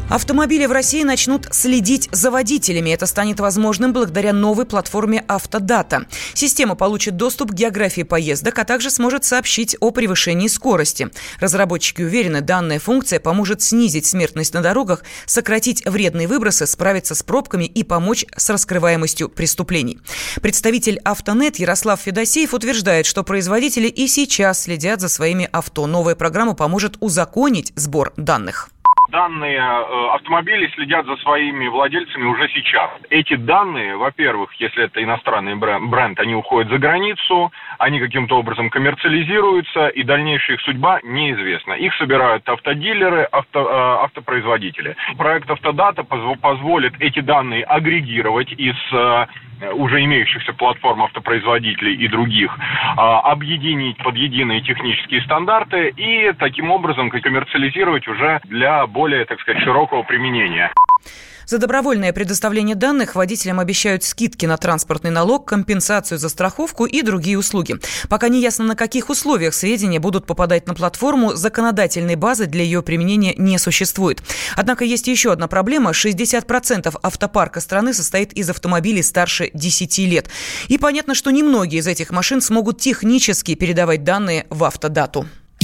Автомобили в России начнут следить за водителями. Это станет возможным благодаря новой платформе «Автодата». Система получит доступ к географии поездок, а также сможет сообщить о превышении скорости. Разработчики уверены, данная функция поможет снизить смертность на дорогах, сократить вредные выбросы, справиться с пробками и помочь с раскрываемостью преступлений. Представитель «Автонет» Ярослав Федосеев утверждает, что производители и сейчас следят за своими авто. Новая программа поможет узаконить сбор данных. Данные автомобилей следят за своими владельцами уже сейчас. Эти данные, во-первых, если это иностранный бренд, они уходят за границу, они каким-то образом коммерциализируются, и дальнейшая их судьба неизвестна. Их собирают автодилеры, автопроизводители. Проект «Автодата» позволит эти данные агрегировать из уже имеющихся платформ автопроизводителей и других, объединить под единые технические стандарты и таким образом коммерциализировать уже для более, так сказать, широкого применения. За добровольное предоставление данных водителям обещают скидки на транспортный налог, компенсацию за страховку и другие услуги. Пока не ясно, на каких условиях сведения будут попадать на платформу, законодательной базы для ее применения не существует. Однако есть еще одна проблема. 60% автопарка страны состоит из автомобилей старше 10 лет. И понятно, что немногие из этих машин смогут технически передавать данные в Автодату.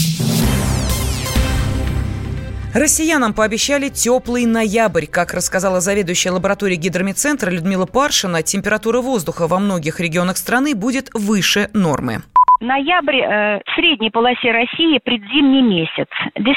Россиянам пообещали теплый ноябрь. Как рассказала заведующая лабораторией Гидрометцентра Людмила Паршина, температура воздуха во многих регионах страны будет выше нормы. Ноябрь в средней полосе России предзимний месяц.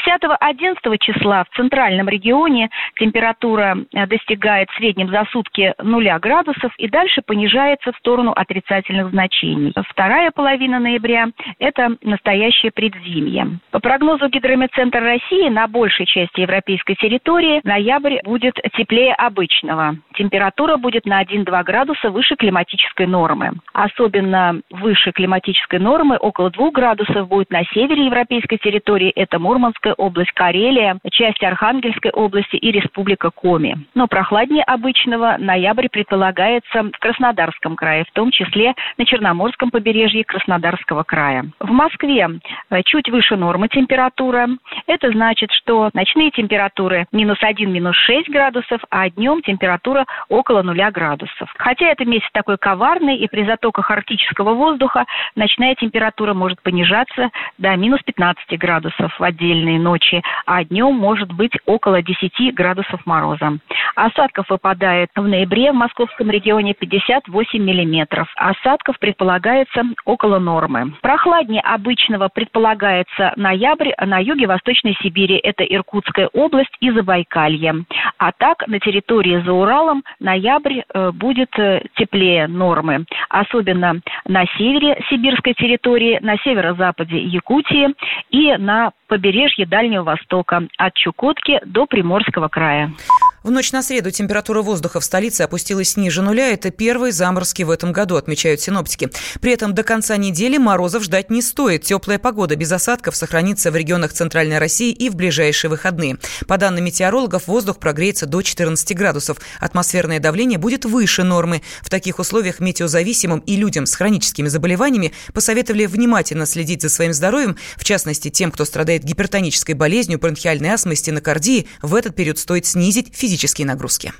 10-11 числа в центральном регионе температура достигает в среднем за сутки 0 градусов и дальше понижается в сторону отрицательных значений. Вторая половина ноября – это настоящее предзимье. По прогнозу Гидрометцентра России на большей части европейской территории ноябрь будет теплее обычного. Температура будет на 1-2 градуса выше климатической нормы. Особенно выше климатической нормы, около 2 градусов, будет на севере европейской территории. Это Мурманская область, Карелия, часть Архангельской области и Республика Коми. Но прохладнее обычного ноябрь предполагается в Краснодарском крае, в том числе на Черноморском побережье Краснодарского края. В Москве чуть выше нормы температура. Это значит, что ночные температуры -1, -6 градусов, а днем температура около 0 градусов. Хотя это месяц такой коварный, и при затоках арктического воздуха ночная температура может понижаться до -15 градусов в отдельные ночи, а днем может быть около 10 градусов мороза. Осадков выпадает в ноябре в московском регионе 58 миллиметров. Осадков предполагается около нормы. Прохладнее обычного предполагается ноябрь на юге Восточной Сибири. Это Иркутская область и Забайкалье. А так на территории за Уралом ноябрь будет теплее нормы. Особенно на севере сибирской территории, на северо-западе Якутии и на побережье Дальнего Востока, от Чукотки до Приморского края. В ночь на среду температура воздуха в столице опустилась ниже нуля. Это первые заморозки в этом году, отмечают синоптики. При этом до конца недели морозов ждать не стоит. Теплая погода без осадков сохранится в регионах Центральной России и в ближайшие выходные. По данным метеорологов, воздух прогреется до 14 градусов. Атмосферное давление будет выше нормы. В таких условиях метеозависимым и людям с хроническими заболеваниями посоветовали внимательно следить за своим здоровьем. В частности, тем, кто страдает гипертонической болезнью, бронхиальной астмой, стенокардией, в этот период стоит снизить физические нагрузки.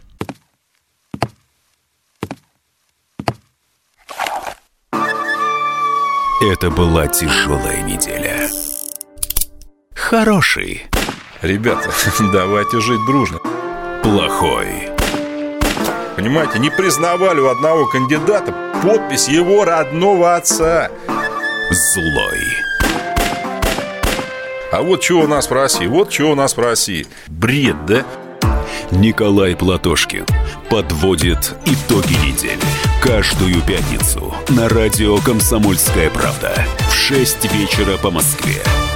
Это была тяжелая неделя. Хороший. Ребята, давайте жить дружно. Плохой. Понимаете, не признавали у одного кандидата подпись его родного отца. Злой. А вот чего у нас спроси, Бред, да? Николай Платошкин подводит итоги недели. Каждую пятницу на радио «Комсомольская правда» в 6 вечера по Москве.